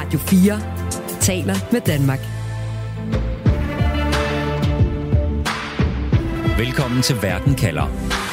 Radio 4 taler med Danmark. Velkommen til Verden kalder.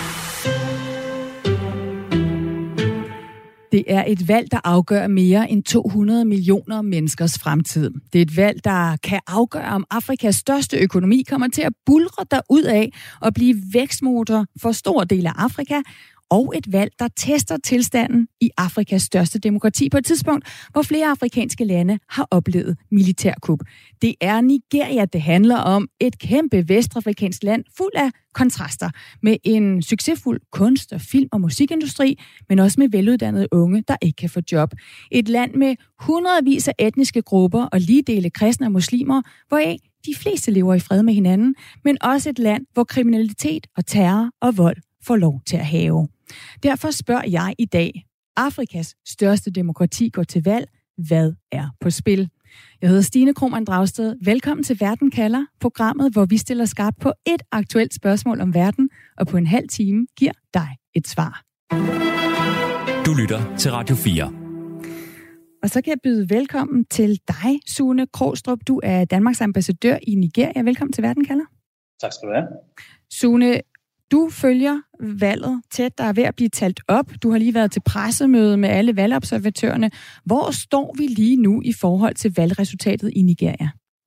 Det er et valg, der afgør mere end 200 millioner menneskers fremtid. Det er et valg, der kan afgøre, om Afrikas største økonomi kommer til at buldre derudad og blive vækstmotor for stor del af Afrika, og et valg, der tester tilstanden i Afrikas største demokrati på et tidspunkt, hvor flere afrikanske lande har oplevet militærkup. Det er Nigeria, det handler om. Et kæmpe vestafrikansk land fuld af kontraster, med en succesfuld kunst- og film- og musikindustri, men også med veluddannede unge, der ikke kan få job. Et land med hundredvis af etniske grupper og lige dele kristne og muslimer, hvoraf de fleste lever i fred med hinanden, men også et land, hvor kriminalitet og terror og vold får lov til at have. Derfor spørger jeg i dag, Afrikas største demokrati går til valg. Hvad er på spil? Jeg hedder Stine Krohmann Dragsted. Velkommen til Verden kalder, programmet, hvor vi stiller skarpt på et aktuelt spørgsmål om verden, og på en halv time giver dig et svar. Du lytter til Radio 4. Og så kan jeg byde velkommen til dig, Sune Krogstrup. Du er Danmarks ambassadør i Nigeria. Velkommen til Verden kalder. Tak skal du have. Sune, du følger valget tæt, der er ved at blive talt op. Du har lige været til pressemøde med alle valgobservatørerne. Hvor står vi lige nu i forhold til valgresultatet i Nigeria?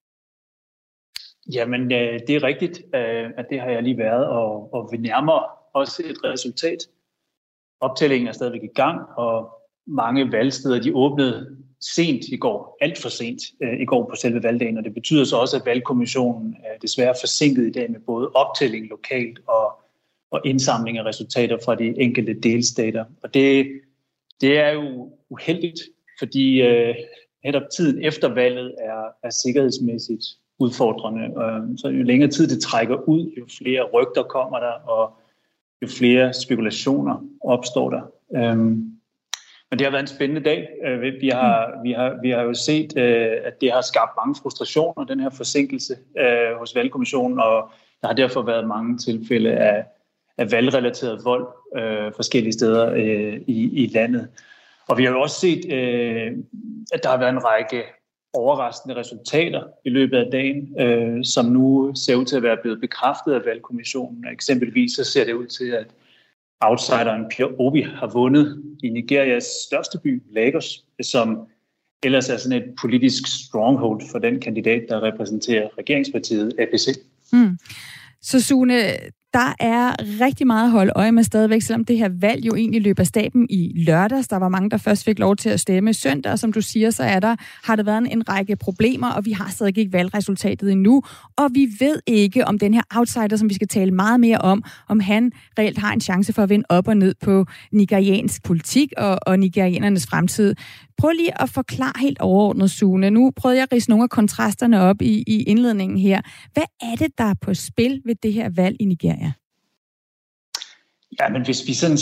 Jamen, det er rigtigt, at det har jeg lige været, og vi nærmer også et resultat. Optællingen er stadigvæk i gang, og mange valgsteder, de åbnede sent i går, alt for sent i går på selve valgdagen, og det betyder så også, at valgkommissionen er desværre forsinket i dag med både optælling lokalt og indsamling af resultater fra de enkelte delstater. Og det er jo uheldigt, fordi netop tiden efter valget er sikkerhedsmæssigt udfordrende. Så jo længere tid det trækker ud, jo flere rygter kommer der, og jo flere spekulationer opstår der. Men det har været en spændende dag. Vi har jo set, at det har skabt mange frustrationer, den her forsinkelse hos valgkommissionen, og der har derfor været mange tilfælde af valgrelateret vold forskellige steder i landet. Og vi har jo også set, at der har været en række overraskende resultater i løbet af dagen, som nu ser ud til at være blevet bekræftet af valgkommissionen. Eksempelvis så ser det ud til, at outsideren Peter Obi har vundet i Nigerias største by, Lagos, som ellers er sådan et politisk stronghold for den kandidat, der repræsenterer regeringspartiet APC. Så Sune, der er rigtig meget at holde øje med stadigvæk, selvom det her valg jo egentlig løber af stablen i lørdags. Der var mange, der først fik lov til at stemme søndag, og som du siger, så har der været en række problemer, og vi har stadig ikke valgresultatet endnu. Og vi ved ikke, om den her outsider, som vi skal tale meget mere om han reelt har en chance for at vinde op og ned på nigeriansk politik og nigerianernes fremtid. Prøv lige at forklare helt overordnet, Sune. Nu prøvede jeg at ridse nogle af kontrasterne op i indledningen her. Hvad er det, der er på spil ved det her valg i Nigeria? Ja, men hvis vi sådan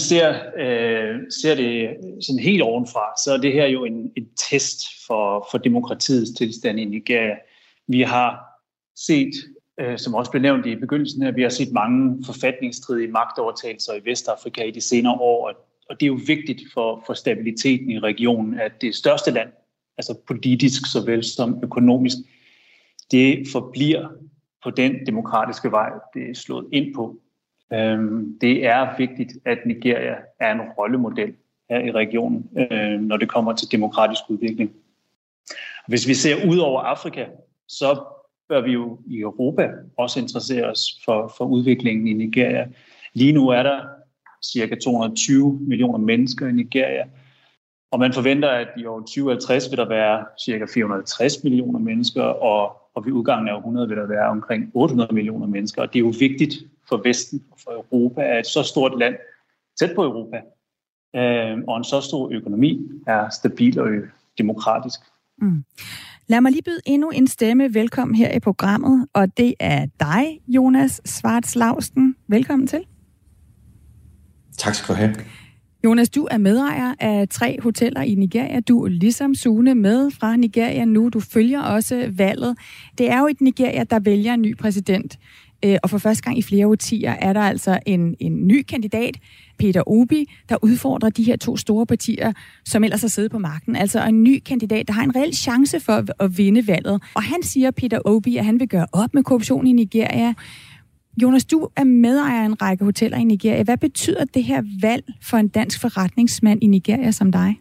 ser det sådan helt ovenfra, så er det her jo en test for demokratiets tilstand i Nigeria. Vi har set, som også blev nævnt i begyndelsen her, vi har set mange forfatningsstridige magtovertagelser i Vestafrika i de senere år, og det er jo vigtigt for stabiliteten i regionen, at det største land, altså politisk såvel som økonomisk, det forbliver på den demokratiske vej, det er slået ind på. Det er vigtigt, at Nigeria er en rollemodel her i regionen, når det kommer til demokratisk udvikling. Hvis vi ser ud over Afrika, så bør vi jo i Europa også interessere os for udviklingen i Nigeria. Lige nu er der cirka 220 millioner mennesker i Nigeria, og man forventer, at i år 2050 vil der være cirka 450 millioner mennesker, og ved udgangen af århundredet vil der være omkring 800 millioner mennesker. Og det er jo vigtigt for Vesten og for Europa, at et så stort land tæt på Europa og en så stor økonomi er stabil og demokratisk. Lad mig lige byde endnu en stemme velkommen her i programmet, og det er dig, Jonas Schwartz Lausten. Velkommen til. Tak skal du have. Jonas, du er medejer af 3 hoteller i Nigeria. Du er ligesom Sune med fra Nigeria nu. Du følger også valget. Det er jo et Nigeria, der vælger en ny præsident. og for første gang i flere årtier er der altså en ny kandidat, Peter Obi, der udfordrer de her to store partier, som ellers har siddet på magten. Altså en ny kandidat, der har en reel chance for at vinde valget. Og han siger, Peter Obi, at han vil gøre op med korruption i Nigeria. Jonas, du er medejer af en række hoteller i Nigeria. Hvad betyder det her valg for en dansk forretningsmand i Nigeria som dig?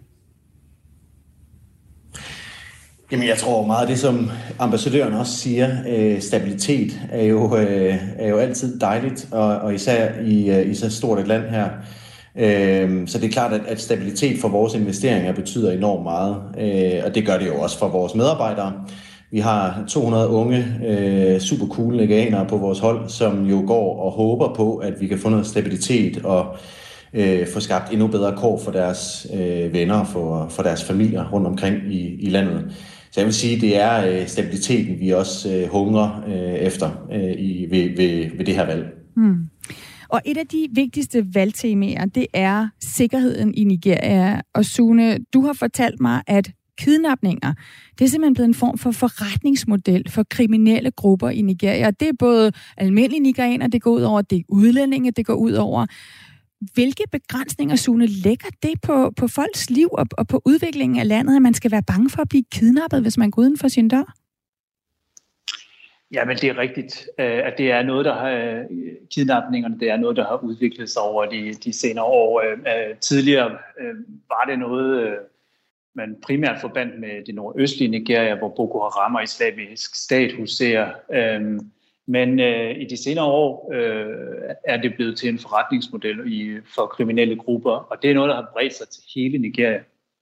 Jamen, jeg tror meget det, som ambassadøren også siger, stabilitet er jo altid dejligt, og især i så stort et land her. Så det er klart, at stabilitet for vores investeringer betyder enormt meget, og det gør det jo også for vores medarbejdere. Vi har 200 unge, super cool nigerianere på vores hold, som jo går og håber på, at vi kan få noget stabilitet og få skabt endnu bedre kår for deres venner og for deres familier rundt omkring i landet. Så jeg vil sige, det er stabiliteten, vi også hungrer efter ved det her valg. Og et af de vigtigste valgtemaer, det er sikkerheden i Nigeria. Og Sune, du har fortalt mig, at kidnapninger, det er simpelthen blevet en form for forretningsmodel for kriminelle grupper i Nigeria. Det er både almindelige nigerianer, det går ud over, det er udlændinge, det går ud over. Hvilke begrænsninger, Sune, lægger det på folks liv og på udviklingen af landet, at man skal være bange for at blive kidnappet, hvis man går uden for sin dør? Ja, men det er rigtigt, at det er noget, der har kidnapningerne, det er noget, der har udviklet sig over de senere år. Tidligere var det noget, man primært forbandt med det nordøstlige Nigeria, hvor Boko Haram og Islamisk Stat huserer. Men i de senere år er det blevet til en forretningsmodel for kriminelle grupper, og det er noget, der har bredt sig til hele Nigeria.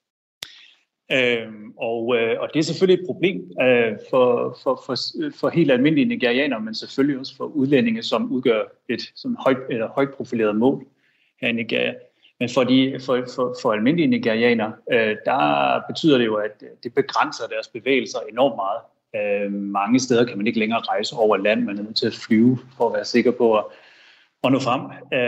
Og det er selvfølgelig et problem for helt almindelige nigerianere, men selvfølgelig også for udlændinge, som udgør et sådan højt profileret mål her i Nigeria. Men for almindelige nigerianere, der betyder det jo, at det begrænser deres bevægelser enormt meget. Mange steder kan man ikke længere rejse over land, man er nødt til at flyve for at være sikker på at nå frem.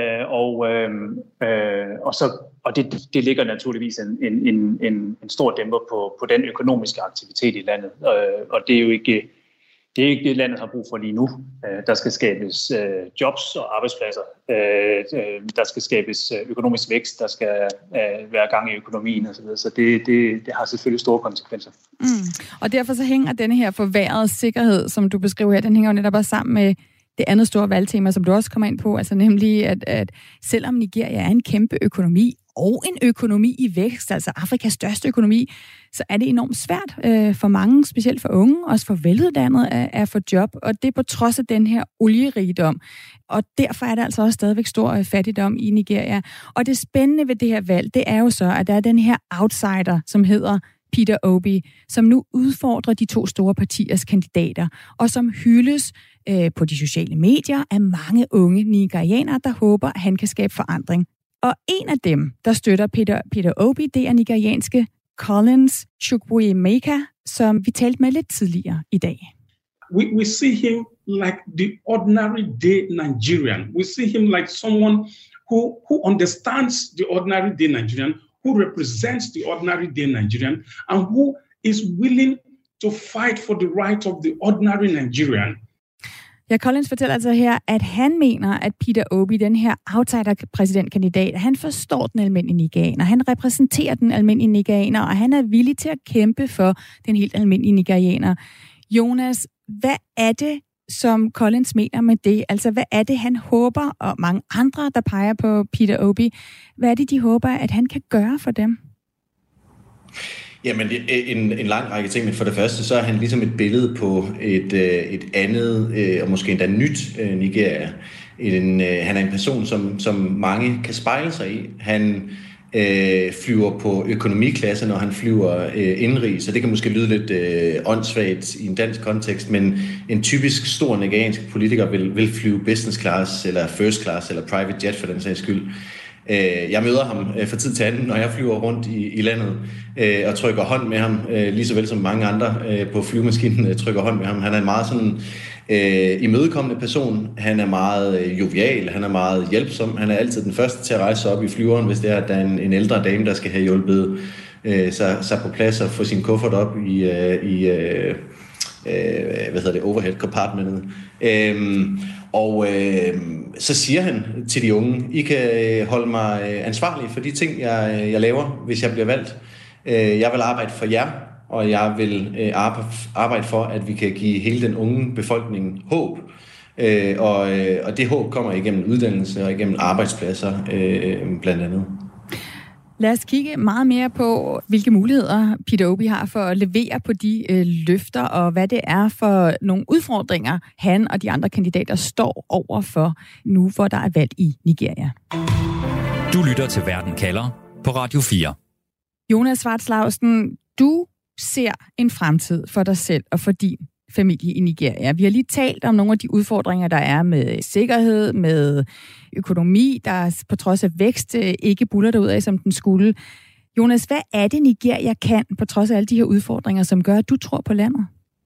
Og det ligger naturligvis en stor dæmper på den økonomiske aktivitet i landet. Og det er jo ikke det, landet har brug for lige nu. Der skal skabes jobs og arbejdspladser. Der skal skabes økonomisk vækst. Der skal være gang i økonomien osv. Så det har selvfølgelig store konsekvenser. Og derfor så hænger denne her forværrede sikkerhed, som du beskriver her, den hænger jo netop også sammen med det andet store valgtema, som du også kommer ind på, altså nemlig, at selvom Nigeria er en kæmpe økonomi, og en økonomi i vækst, altså Afrikas største økonomi, så er det enormt svært for mange, specielt for unge, også for veluddannede, at få job, og det er på trods af den her olierigdom. Og derfor er der altså også stadigvæk stor fattigdom i Nigeria. Og det spændende ved det her valg, det er jo så, at der er den her outsider, som hedder Peter Obi, som nu udfordrer de to store partiers kandidater, og som hyldes på de sociale medier af mange unge nigerianere, der håber, at han kan skabe forandring. Og en af dem, der støtter Peter Obi, det er nigerianske Collins Chukwuemeka, som vi talte med lidt tidligere i dag. We see him like the ordinary day Nigerian. We see him like someone who understands the ordinary day Nigerian, who represents the ordinary day Nigerian, and who is willing to fight for the rights of the ordinary Nigerian. Ja, Collins fortæller altså her, at han mener, at Peter Obi, den her outsider-præsidentkandidat, han forstår den almindelige nigerianer, han repræsenterer den almindelige nigerianer, og han er villig til at kæmpe for den helt almindelige nigerianer. Jonas, hvad er det, som Collins mener med det? Altså, hvad er det, han håber, og mange andre, der peger på Peter Obi, hvad er det, de håber, at han kan gøre for dem? Jamen, en lang række ting, men for det første, så er han ligesom et billede på et andet, og måske endda nyt Nigeria. Han er en person, som mange kan spejle sig i. Han flyver på økonomiklasse, når han flyver indrig, så det kan måske lyde lidt åndssvagt i en dansk kontekst, men en typisk stor nigeriansk politiker vil flyve business class, eller first class, eller private jet for den sags skyld. Jeg møder ham fra tid til anden, når jeg flyver rundt i landet og trykker hånd med ham, lige så vel som mange andre på flyvemaskinen trykker hånd med ham. Han er en meget sådan imødekommende person. Han er meget jovial, han er meget hjælpsom. Han er altid den første til at rejse op i flyveren, hvis det er, at der er en ældre dame, der skal have hjulpet sig på plads og få sin kuffert op overhead compartmentet. Så siger han til de unge, I kan holde mig ansvarlig for de ting, jeg laver, hvis jeg bliver valgt. Jeg vil arbejde for jer, og jeg vil arbejde for, at vi kan give hele den unge befolkning håb. Og det håb kommer igennem uddannelse og igennem arbejdspladser, blandt andet. Lad os kigge meget mere på, hvilke muligheder Peter Obi har for at levere på de løfter, og hvad det er for nogle udfordringer, han og de andre kandidater står over for nu, hvor der er valg i Nigeria. Du lytter til Verden kalder på Radio 4. Jonas Svartslausen, du ser en fremtid for dig selv og for din familie i Nigeria. Vi har lige talt om nogle af de udfordringer, der er med sikkerhed, med økonomi, der på trods af vækst ikke buller derudad, som den skulle. Jonas, hvad er det, Nigeria kan, på trods af alle de her udfordringer, som gør, at du tror på landet?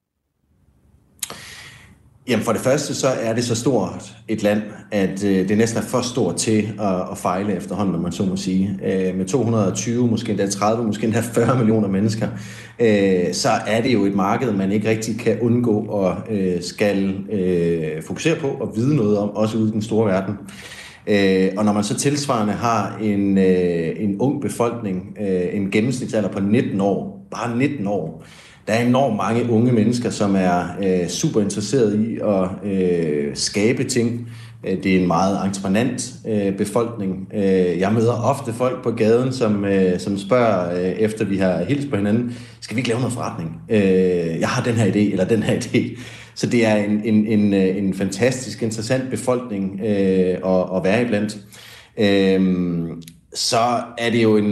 Jamen for det første, så er det så stort et land, at det næsten er for stort til at fejle efterhånden, når man så må sige. Med 220, måske endda 30, måske endda 40 millioner mennesker, så er det jo et marked, man ikke rigtig kan undgå og skal fokusere på og vide noget om, også ude i den store verden. Og når man så tilsvarende har en ung befolkning, en gennemsnitsalder på 19 år, bare 19 år, der er enormt mange unge mennesker, som er super interesserede i at skabe ting. Det er en meget entreprenant befolkning. Jeg møder ofte folk på gaden, som spørger, efter vi har hilst på hinanden, skal vi ikke lave noget forretning? Jeg har den her idé, eller den her idé. Så det er en fantastisk interessant befolkning at være iblandt. Så er det jo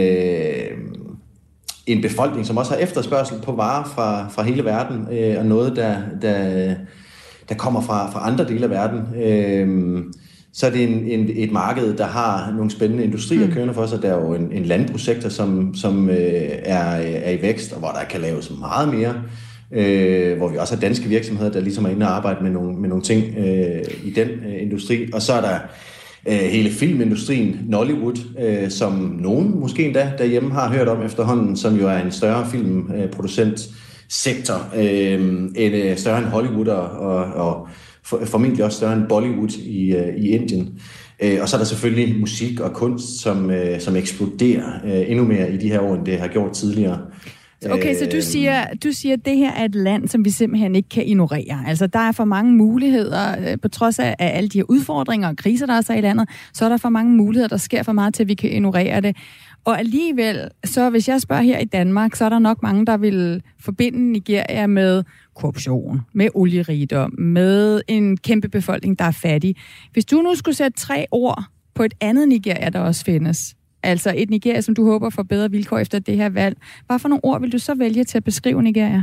en befolkning, som også har efterspørgsel på varer fra hele verden, og noget, der kommer fra andre dele af verden. Så er det et marked, der har nogle spændende industrier kørende for sig. Der er jo en landbrugssektor, som er i vækst, og hvor der kan laves meget mere. Hvor vi også har danske virksomheder, der ligesom er inde og arbejde med nogle ting i den industri. Og så er der hele filmindustrien, Nollywood, som nogen måske endda derhjemme har hørt om efterhånden, som jo er en større filmproducentsektor, større end Hollywood og formentlig også større end Bollywood i Indien. Og så er der selvfølgelig musik og kunst, som eksploderer endnu mere i de her år, end det har gjort tidligere. Okay, så du siger, at det her er et land, som vi simpelthen ikke kan ignorere. Altså, der er for mange muligheder, på trods af alle de her udfordringer og kriser, der er så i landet, så er der for mange muligheder, der sker for meget til, at vi kan ignorere det. Og alligevel, så hvis jeg spørger her i Danmark, så er der nok mange, der vil forbinde Nigeria med korruption, med olierigdom, med en kæmpe befolkning, der er fattig. Hvis du nu skulle sætte 3 ord på et andet Nigeria, der også findes, altså et Nigeria, som du håber får bedre vilkår efter det her valg, hvad for nogle ord vil du så vælge til at beskrive Nigeria?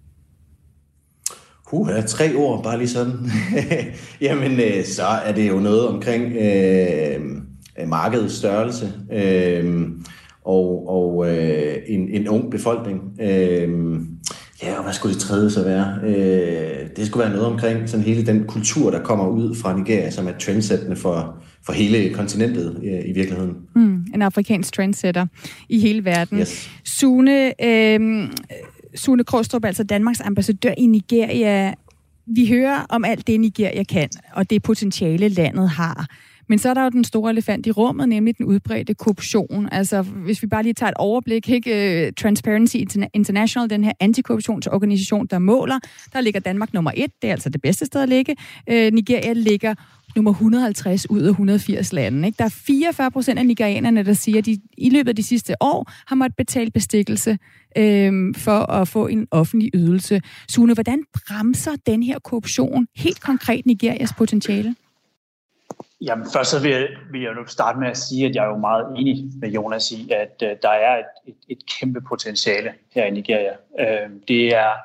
3 ord, bare lige sådan. Jamen, så er det jo noget omkring markedets størrelse og en ung befolkning. Og hvad skulle det tredje så være? Det skulle være noget omkring sådan hele den kultur, der kommer ud fra Nigeria, som er trendsættende for hele kontinentet i virkeligheden. En afrikansk trendsetter i hele verden. Yes. Sune Krogstrup, altså Danmarks ambassadør i Nigeria. Vi hører om alt det, Nigeria kan, og det potentiale landet har. Men så er der jo den store elefant i rummet, nemlig den udbredte korruption. Altså, hvis vi bare lige tager et overblik, ikke? Transparency International, den her antikorruptionsorganisation, der måler, der ligger Danmark nummer 1, det er altså det bedste sted at ligge. Nigeria ligger nummer 150 ud af 180 lande. Ikke? Der er 44% af nigerianerne, der siger, at de i løbet af de sidste år har måttet betale bestikkelse for at få en offentlig ydelse. Sune, hvordan bremser den her korruption helt konkret Nigerias potentiale? Jamen, først så vil jeg jo starte med at sige, at jeg er jo meget enig med Jonas i, at der er et kæmpe potentiale her i Nigeria. Det er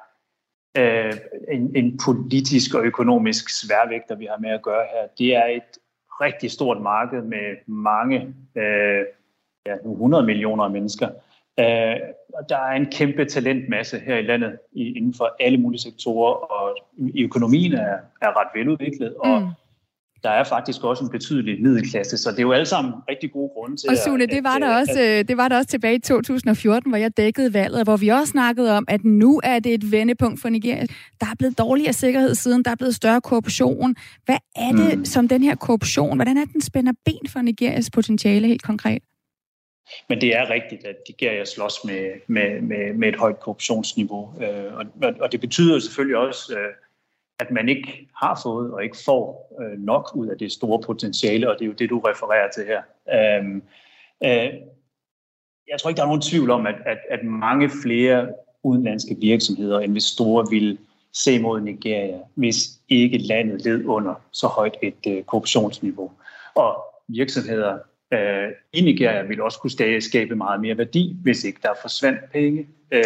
en politisk og økonomisk sværvægter, vi har med at gøre her. Det er et rigtig stort marked med mange, 100 millioner mennesker. Og der er en kæmpe talentmasse her i landet inden for alle mulige sektorer, og økonomien er ret veludviklet, og der er faktisk også en betydelig middelklasse, så det er jo alle sammen rigtig gode grunde til. Og Sune, det var der også tilbage i 2014, hvor jeg dækkede valget, hvor vi også snakkede om, at nu er det et vendepunkt for Nigeria. Der er blevet dårligere sikkerhed siden, der er blevet større korruption. Hvad er det som den her korruption, hvordan er den spænder ben for Nigerias potentiale helt konkret? Men det er rigtigt, at Nigeria slås med et højt korruptionsniveau, og det betyder selvfølgelig også, at man ikke har fået og ikke får nok ud af det store potentiale, og det er jo det, du refererer til her. Jeg tror ikke, der er nogen tvivl om, at mange flere udenlandske virksomheder og investorer vil se mod Nigeria, hvis ikke landet led under så højt et korruptionsniveau. Og virksomheder i Nigeria vil også kunne skabe meget mere værdi, hvis ikke der forsvandt penge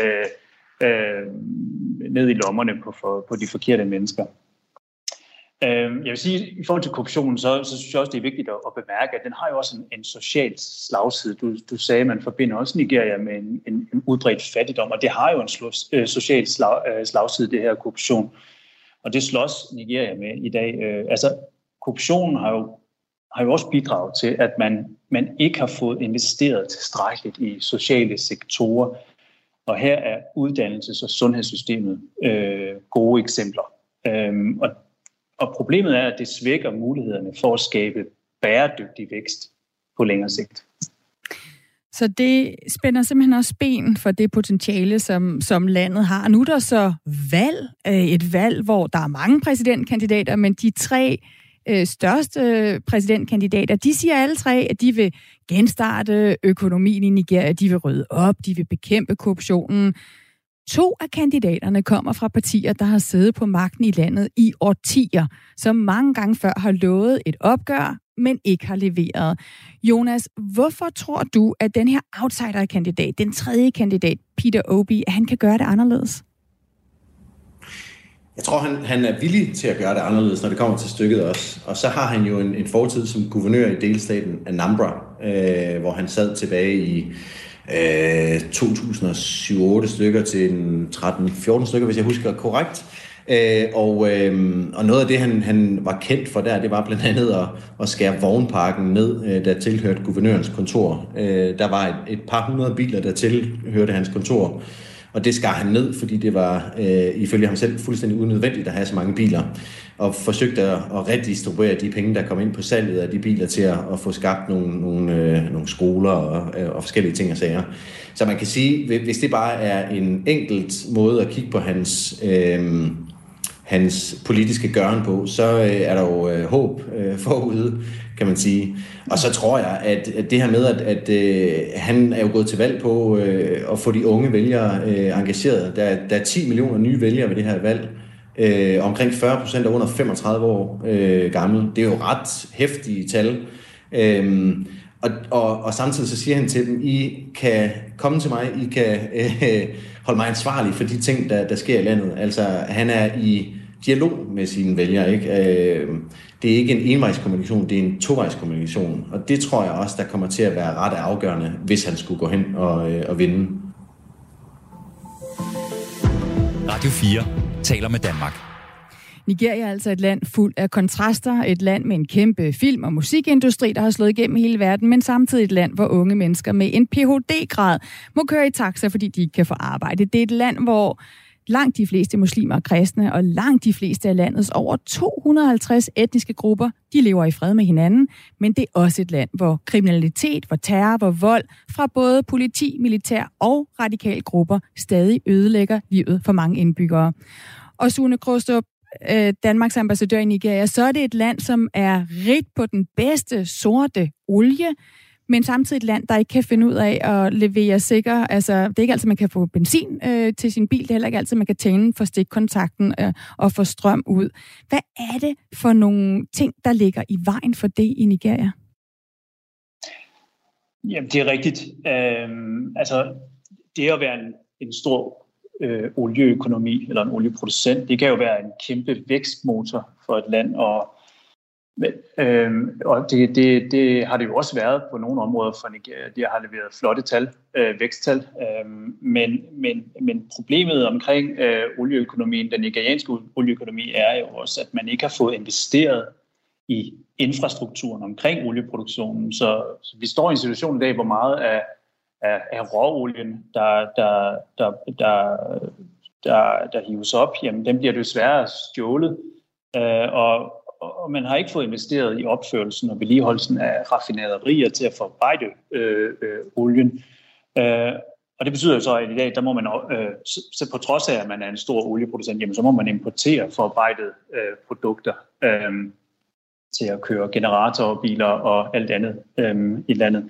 ned i lommerne på de forkerte mennesker. Jeg vil sige, i forhold til korruptionen, så synes jeg også, det er vigtigt at bemærke, at den har jo også en social slagside. Du sagde, at man forbinder også Nigeria med en udbredt fattigdom, og det har jo en social slagside, det her korruption. Og det slås Nigeria med i dag. Korruptionen har jo også bidraget til, at man ikke har fået investeret tilstrækkeligt i sociale sektorer. Og her er uddannelses- og sundhedssystemet gode eksempler. Og problemet er, at det svækker mulighederne for at skabe bæredygtig vækst på længere sigt. Så det spænder simpelthen også ben for det potentiale, som landet har. Nu er der så et valg, hvor der er mange præsidentkandidater, men de tre største præsidentkandidater, de siger alle tre, at de vil genstarte økonomien i Nigeria, de vil rydde op, de vil bekæmpe korruptionen. 2 af kandidaterne kommer fra partier, der har siddet på magten i landet i årtier, som mange gange før har lovet et opgør, men ikke har leveret. Jonas, hvorfor tror du, at den her outsider-kandidat, den tredje kandidat, Peter Obi, at han kan gøre det anderledes? Jeg tror, han er villig til at gøre det anderledes, når det kommer til stykket også. Og så har han jo en fortid som guvernør i delstaten Anambra, hvor han sad tilbage i 2007-8 stykker til 13-14 stykker, hvis jeg husker korrekt. Og noget af det, han var kendt for der, det var blandt andet at skære vognparken ned, der tilhørte guvernørens kontor. Der var et par hundrede biler, der tilhørte hans kontor. Og det skar han ned, fordi det var ifølge ham selv fuldstændig unødvendigt at have så mange biler. Og forsøgte at redistribuere de penge, der kom ind på salget af de biler til at få skabt nogle skoler og forskellige ting og sager. Så man kan sige, hvis det bare er en enkelt måde at kigge på hans politiske gøren på, så er der jo håb forude, kan man sige. Og så tror jeg, at det her med, at han er jo gået til valg på at få de unge vælgere engageret. Der er 10 millioner nye vælgere ved det her valg. Omkring 40% er under 35 år gammel. Det er jo ret heftige tal. Og samtidig så siger han til dem, I kan komme til mig, I kan holde mig ansvarlig for de ting, der sker i landet. Altså, han er i dialog med sine vælgere, ikke? Det er ikke en envejskommunikation, det er en tovejskommunikation. Og det tror jeg også, der kommer til at være ret afgørende, hvis han skulle gå hen og vinde. Radio 4 taler med Danmark. Nigeria er altså et land fuld af kontraster, et land med en kæmpe film- og musikindustri, der har slået igennem hele verden, men samtidig et land, hvor unge mennesker med en Ph.D.-grad må køre i taxa, fordi de ikke kan få arbejde. Det er et land, hvor langt de fleste muslimer er kristne, og langt de fleste af landets over 250 etniske grupper, de lever i fred med hinanden, men det er også et land, hvor kriminalitet, hvor terror, hvor vold fra både politi, militær og radikale grupper stadig ødelægger livet for mange indbyggere. Og Sune Krostrup, Danmarks ambassadør i Nigeria, så er det et land, som er rigt på den bedste sorte olie, men samtidig et land, der ikke kan finde ud af at levere sikker. Altså, det er ikke altid, man kan få benzin til sin bil. Det er heller ikke altid, man kan tænde for stikkontakten og få strøm ud. Hvad er det for nogle ting, der ligger i vejen for det i Nigeria? Jamen, det er rigtigt. Det at være en stor olieøkonomi eller en olieproducent, det kan jo være en kæmpe vækstmotor for et land, og det har det jo også været på nogle områder for Nigeria. De har leveret flotte tal, væksttal, men problemet omkring olieøkonomien, den nigerianske olieøkonomi, er jo også, at man ikke har fået investeret i infrastrukturen omkring olieproduktionen. Så vi står i en situation i dag, hvor meget af råolien, der hives op, jamen den bliver desværre stjålet, og man har ikke fået investeret i opførelsen og vedligeholdelsen af raffinaderier til at forarbejde olien. Og det betyder jo så, at i dag, der må man, så på trods af, at man er en stor olieproducent, jamen, så må man importere forarbejdede produkter til at køre generatorer, biler og alt andet i landet.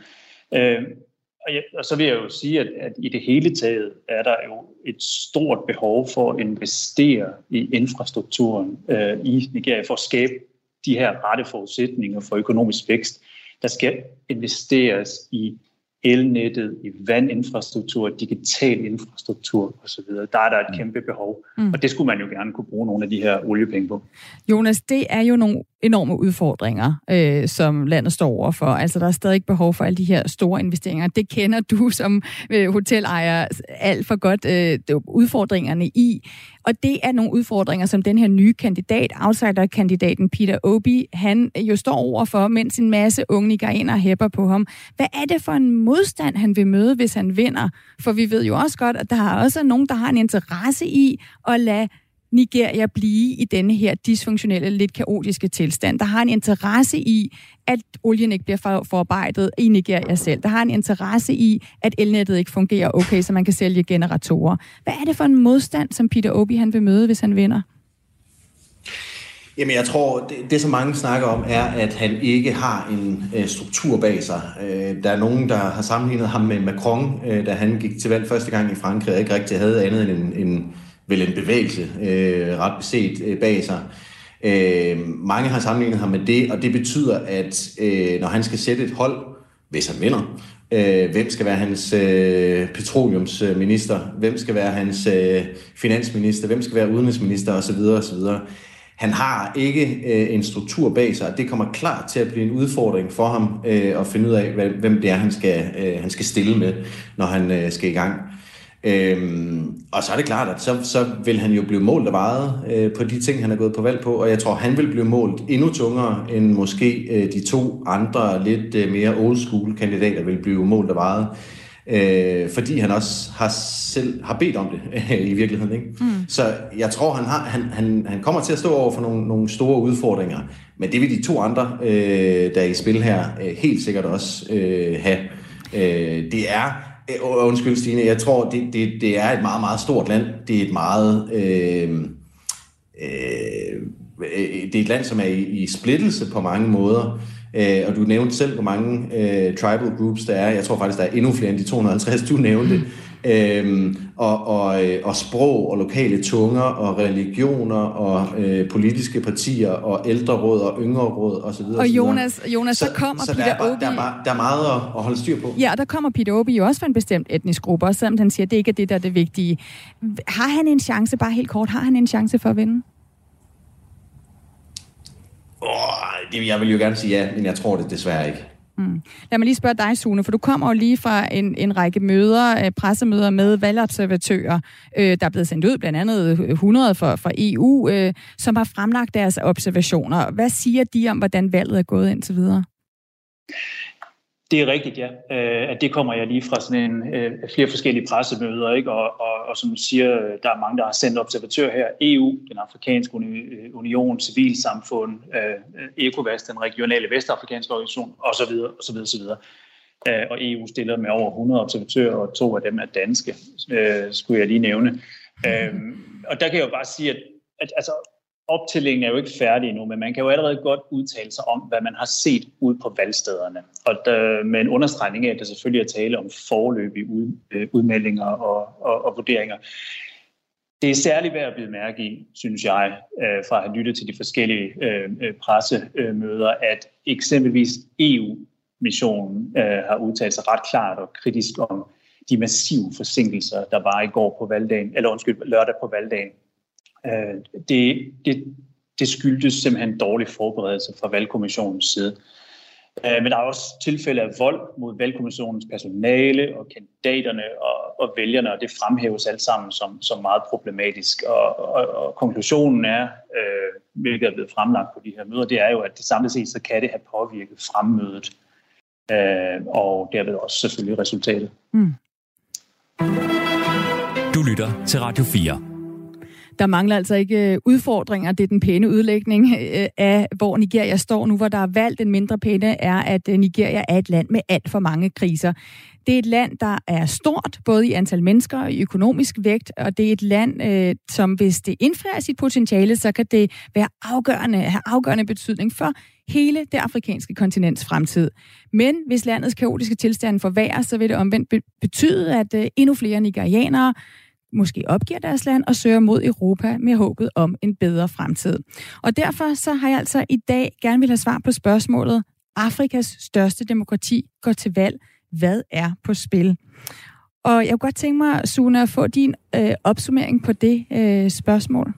Og så vil jeg jo sige, at i det hele taget er der jo et stort behov for at investere i infrastrukturen i Nigeria for at skabe de her rette forudsætninger for økonomisk vækst. Der skal investeres i elnettet, i vandinfrastruktur, digital infrastruktur osv. Der er et kæmpe behov, og det skulle man jo gerne kunne bruge nogle af de her oliepenge på. Jonas, det er jo nogle enorme udfordringer, som landet står overfor. Altså, der er stadig behov for alle de her store investeringer. Det kender du som hotelejer alt for godt udfordringerne i. Og det er nogle udfordringer, som den her nye kandidat, outsider-kandidaten Peter Obi, han jo står overfor, mens en masse unge nigerianere hæpper på ham. Hvad er det for en modstand, han vil møde, hvis han vinder? For vi ved jo også godt, at der er også nogen, der har en interesse i at lade Nigeria blive i denne her dysfunktionelle, lidt kaotiske tilstand. Der har en interesse i, at olien ikke bliver forarbejdet i Nigeria selv. Der har en interesse i, at elnettet ikke fungerer okay, så man kan sælge generatorer. Hvad er det for en modstand, som Peter Obi han vil møde, hvis han vinder? Jamen, jeg tror, det som mange snakker om, er, at han ikke har en struktur bag sig. Der er nogen, der har sammenlignet ham med Macron, da han gik til valg første gang i Frankrig, og ikke rigtig havde andet end en bevægelse ret beset bag sig. Mange har sammenlignet ham med det, og det betyder, at når han skal sætte et hold, hvis han vinder, hvem skal være hans petroleumsminister, hvem skal være hans finansminister, hvem skal være udenrigsminister osv. osv. Han har ikke en struktur bag sig, og det kommer klart til at blive en udfordring for ham at finde ud af, hvem det er, han skal stille med, når han skal i gang. Og så er det klart, at så vil han jo blive målt og vejet på de ting, han er gået på valg på, og jeg tror, han vil blive målt endnu tungere end måske de to andre lidt mere old school kandidater vil blive målt og vejet, fordi han også selv har bedt om det i virkeligheden, ikke? Så jeg tror, han kommer til at stå over for nogle store udfordringer, men det vil de to andre, der er i spil her, helt sikkert også have. Det er undskyld, Stine, jeg tror, det er et meget, meget stort land. Det er et meget... det er et land, som er i splittelse på mange måder. Og du nævnte selv, hvor mange tribal groups der er. Jeg tror faktisk, der er endnu flere end de 250, du nævnte. Og sprog og lokale tunger og religioner og politiske partier og ældreråd og yngreråd osv. Og Jonas, så kommer Peter Obi... Der er meget at holde styr på. Ja, og der kommer Peter Obi jo også fra en bestemt etnisk gruppe, også selvom han siger, at det ikke er det, der er det vigtige. Har han en chance, bare helt kort, har han en chance for at vinde? Jeg vil jo gerne sige ja, men jeg tror det desværre ikke. Lad mig lige spørge dig, Sune, for du kommer jo lige fra en række møder, pressemøder med valgobservatører, der er blevet sendt ud, blandt andet 100 fra EU, som har fremlagt deres observationer. Hvad siger de om, hvordan valget er gået indtil videre? Det er rigtigt, ja. At det kommer jeg lige fra sådan flere forskellige pressemøder, ikke? Og som du siger, der er mange, der har sendt observatører her. EU, den afrikanske union, civilsamfund, ECOWAS, den regionale vestafrikanske organisation, osv. Og EU stiller med over 100 observatører, og 2 af dem er danske, skulle jeg lige nævne. Og der kan jeg jo bare sige, at altså, optællingen er jo ikke færdig endnu, men man kan jo allerede godt udtale sig om, hvad man har set ud på valgstederne. Og med en understregning af, at der selvfølgelig er tale om foreløbige udmeldinger og vurderinger. Det er særligt værd at bide mærke i, synes jeg, fra at have lyttet til de forskellige pressemøder, at eksempelvis EU-missionen har udtalt sig ret klart og kritisk om de massive forsinkelser, der var i går på valgdagen, lørdag på valgdagen. Det skyldtes simpelthen dårlig forberedelse fra valgkommissionens side. Men der er også tilfælde af vold mod valgkommissionens personale og kandidaterne og vælgerne, og det fremhæves alt sammen som meget problematisk. Og konklusionen er hvilket er blevet fremlagt på de her møder, det er jo, at det samlet set, så kan det have påvirket fremmødet, og derved også selvfølgelig resultatet. Du lytter til Radio 4. Der mangler altså ikke udfordringer. Det er den pæne udlægning af, hvor Nigeria står nu, hvor der er valgt. Den mindre pæne er, at Nigeria er et land med alt for mange kriser. Det er et land, der er stort, både i antal mennesker og i økonomisk vægt, og det er et land, som hvis det indfrier sit potentiale, så kan det være have afgørende betydning for hele det afrikanske kontinents fremtid. Men hvis landets kaotiske tilstand forværres, så vil det omvendt betyde, at endnu flere nigerianere måske opgiver deres land og søger mod Europa med håbet om en bedre fremtid. Og derfor så har jeg altså i dag gerne vil have svar på spørgsmålet: Afrikas største demokrati går til valg. Hvad er på spil? Og jeg kunne godt tænke mig, Sune, at få din opsummering på det spørgsmål.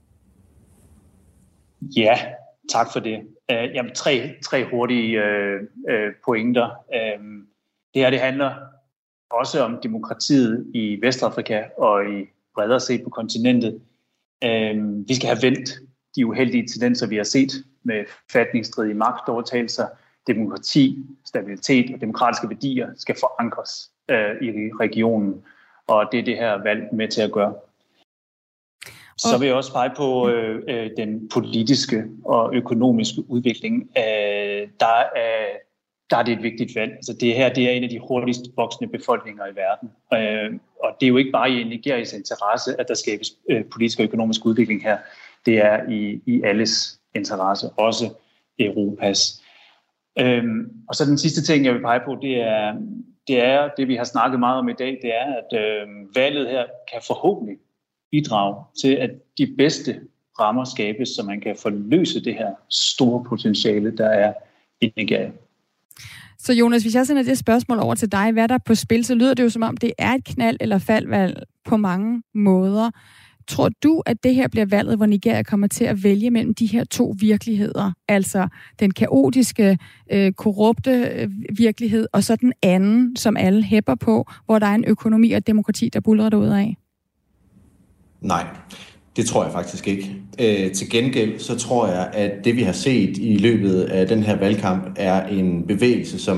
Ja, tak for det. Jamen, tre hurtige pointer. Det handler også om demokratiet i Vestafrika og i bredere set på kontinentet. Vi skal have vendt de uheldige tendenser, vi har set med forfatningsstridige magtovertagelser. Demokrati, stabilitet og demokratiske værdier skal forankres i regionen, og det er det her valg med til at gøre. Så vil jeg også pege på den politiske og økonomiske udvikling. Der er det et vigtigt valg. Altså det her, det er en af de hurtigst voksende befolkninger i verden. Og det er jo ikke bare i Nigerias interesse, at der skabes politisk og økonomisk udvikling her. Det er i alles interesse, også Europas. Og så den sidste ting, jeg vil pege på, det er det, vi har snakket meget om i dag, det er, at valget her kan forhåbentlig bidrage til, at de bedste rammer skabes, så man kan forløse det her store potentiale, der er i Nigeria. Så Jonas, hvis jeg sender det spørgsmål over til dig, hvad der er på spil, så lyder det jo som om, det er et knald- eller faldvalg på mange måder. Tror du, at det her bliver valget, hvor Nigeria kommer til at vælge mellem de her to virkeligheder? Altså den kaotiske, korrupte virkelighed, og så den anden, som alle hæpper på, hvor der er en økonomi og demokrati, der buldrer derudad? Nej, det tror jeg faktisk ikke. Til gengæld så tror jeg, at det vi har set i løbet af den her valgkamp er en bevægelse, som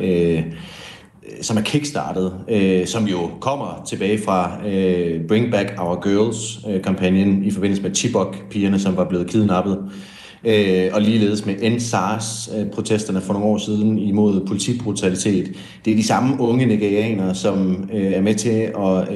er kickstartet, som jo kommer tilbage fra Bring Back Our Girls-kampagnen i forbindelse med Chibok-pigerne, som var blevet kidnappet, og ligeledes med NSARS-protesterne for nogle år siden imod politibrutalitet. Det er de samme unge nigerianere, som er med til at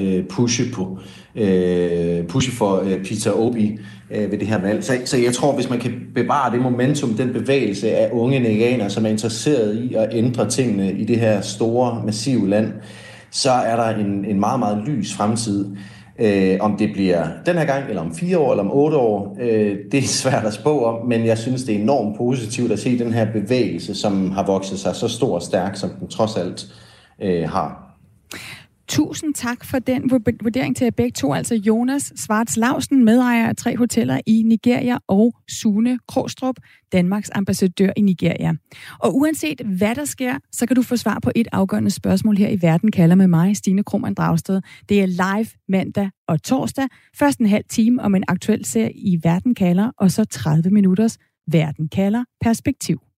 pushe for Peter Obi ved det her valg. Så jeg tror, hvis man kan bevare det momentum, den bevægelse af unge nigerianere, som er interesseret i at ændre tingene i det her store, massive land, så er der en meget, meget lys fremtid. Om det bliver den her gang, eller om 4 år, eller om 8 år, det er svært at spå om, men jeg synes, det er enormt positivt at se den her bevægelse, som har vokset sig så stor og stærk, som den trods alt har. Tusind tak for den vurdering til jer begge to, altså Jonas Svarts Lausen, medejer af 3 hoteller i Nigeria, og Sune Krogstrup, Danmarks ambassadør i Nigeria. Og uanset hvad der sker, så kan du få svar på et afgørende spørgsmål her i Verden kalder med mig, Stine Krohmann Dragsted. Det er live mandag og torsdag, først en halv time om en aktuel serie i Verden kalder, og så 30 minutters Verden kalder perspektiv.